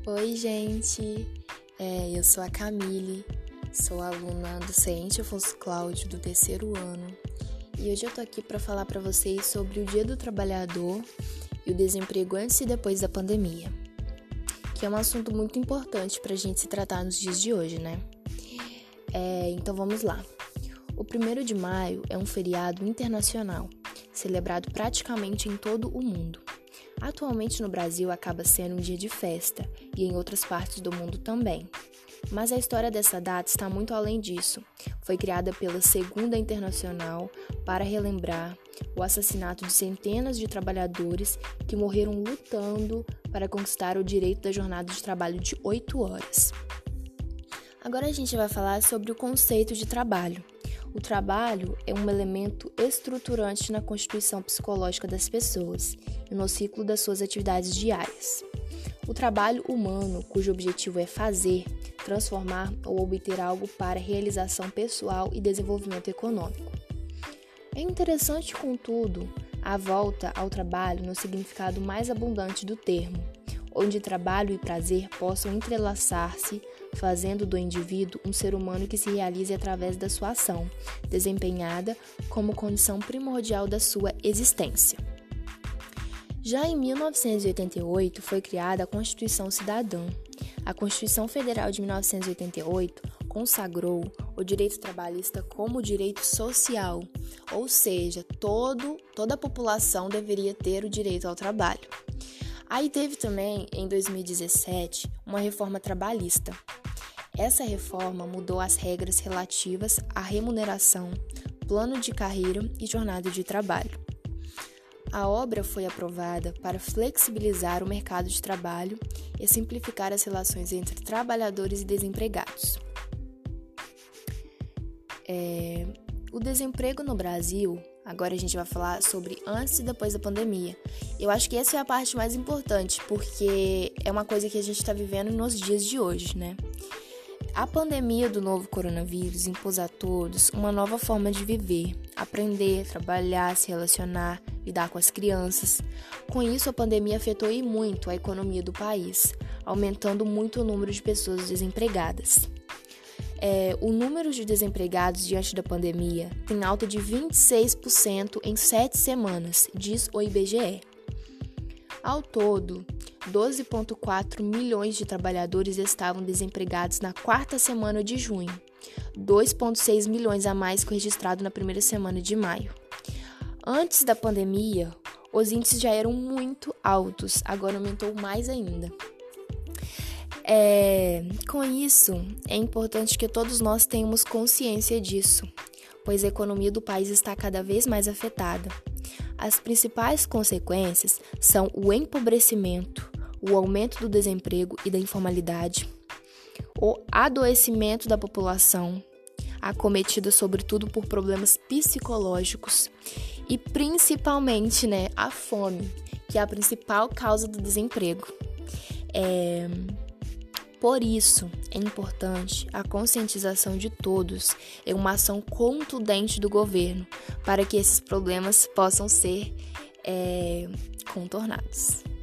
Oi, gente! Eu sou a Camille, sou aluna do CENTE Afonso Cláudio do 3º ano e hoje eu tô aqui para falar para vocês sobre o Dia do Trabalhador e o desemprego antes e depois da pandemia, que é um assunto muito importante para a gente se tratar nos dias de hoje, né? Então vamos lá. O 1º de maio é um feriado internacional, celebrado praticamente em todo o mundo. Atualmente no Brasil acaba sendo um dia de festa e em outras partes do mundo também. Mas a história dessa data está muito além disso. Foi criada pela Segunda Internacional para relembrar o assassinato de centenas de trabalhadores que morreram lutando para conquistar o direito da jornada de trabalho de 8 horas. Agora a gente vai falar sobre o conceito de trabalho. O trabalho é um elemento estruturante na constituição psicológica das pessoas e no ciclo das suas atividades diárias. O trabalho humano, cujo objetivo é fazer, transformar ou obter algo para realização pessoal e desenvolvimento econômico. É interessante, contudo, a volta ao trabalho no significado mais abundante do termo, onde trabalho e prazer possam entrelaçar-se, fazendo do indivíduo um ser humano que se realize através da sua ação, desempenhada como condição primordial da sua existência. Já em 1988 foi criada a Constituição Cidadã. A Constituição Federal de 1988 consagrou o direito trabalhista como direito social, ou seja, toda a população deveria ter o direito ao trabalho. Aí teve também, em 2017, uma reforma trabalhista. Essa reforma mudou as regras relativas à remuneração, plano de carreira e jornada de trabalho. A obra foi aprovada para flexibilizar o mercado de trabalho e simplificar as relações entre trabalhadores e desempregados. O desemprego no Brasil, agora a gente vai falar sobre antes e depois da pandemia. Eu acho que essa é a parte mais importante, porque é uma coisa que a gente está vivendo nos dias de hoje, né? A pandemia do novo coronavírus impôs a todos uma nova forma de viver, aprender, trabalhar, se relacionar, lidar com as crianças. Com isso, a pandemia afetou e muito a economia do país, aumentando muito o número de pessoas desempregadas. O número de desempregados diante da pandemia tem alta de 26% em 7 semanas, diz o IBGE. Ao todo, 12,4 milhões de trabalhadores estavam desempregados na 4ª semana de junho, 2,6 milhões a mais que o registrado na 1ª semana de maio. Antes da pandemia, os índices já eram muito altos, agora aumentou mais ainda. Com isso, é importante que todos nós tenhamos consciência disso, pois a economia do país está cada vez mais afetada. As principais consequências são o empobrecimento, o aumento do desemprego e da informalidade, o adoecimento da população, acometida sobretudo por problemas psicológicos e principalmente, a fome, que é a principal causa do desemprego. Por isso, é importante a conscientização de todos e uma ação contundente do governo para que esses problemas possam ser contornados.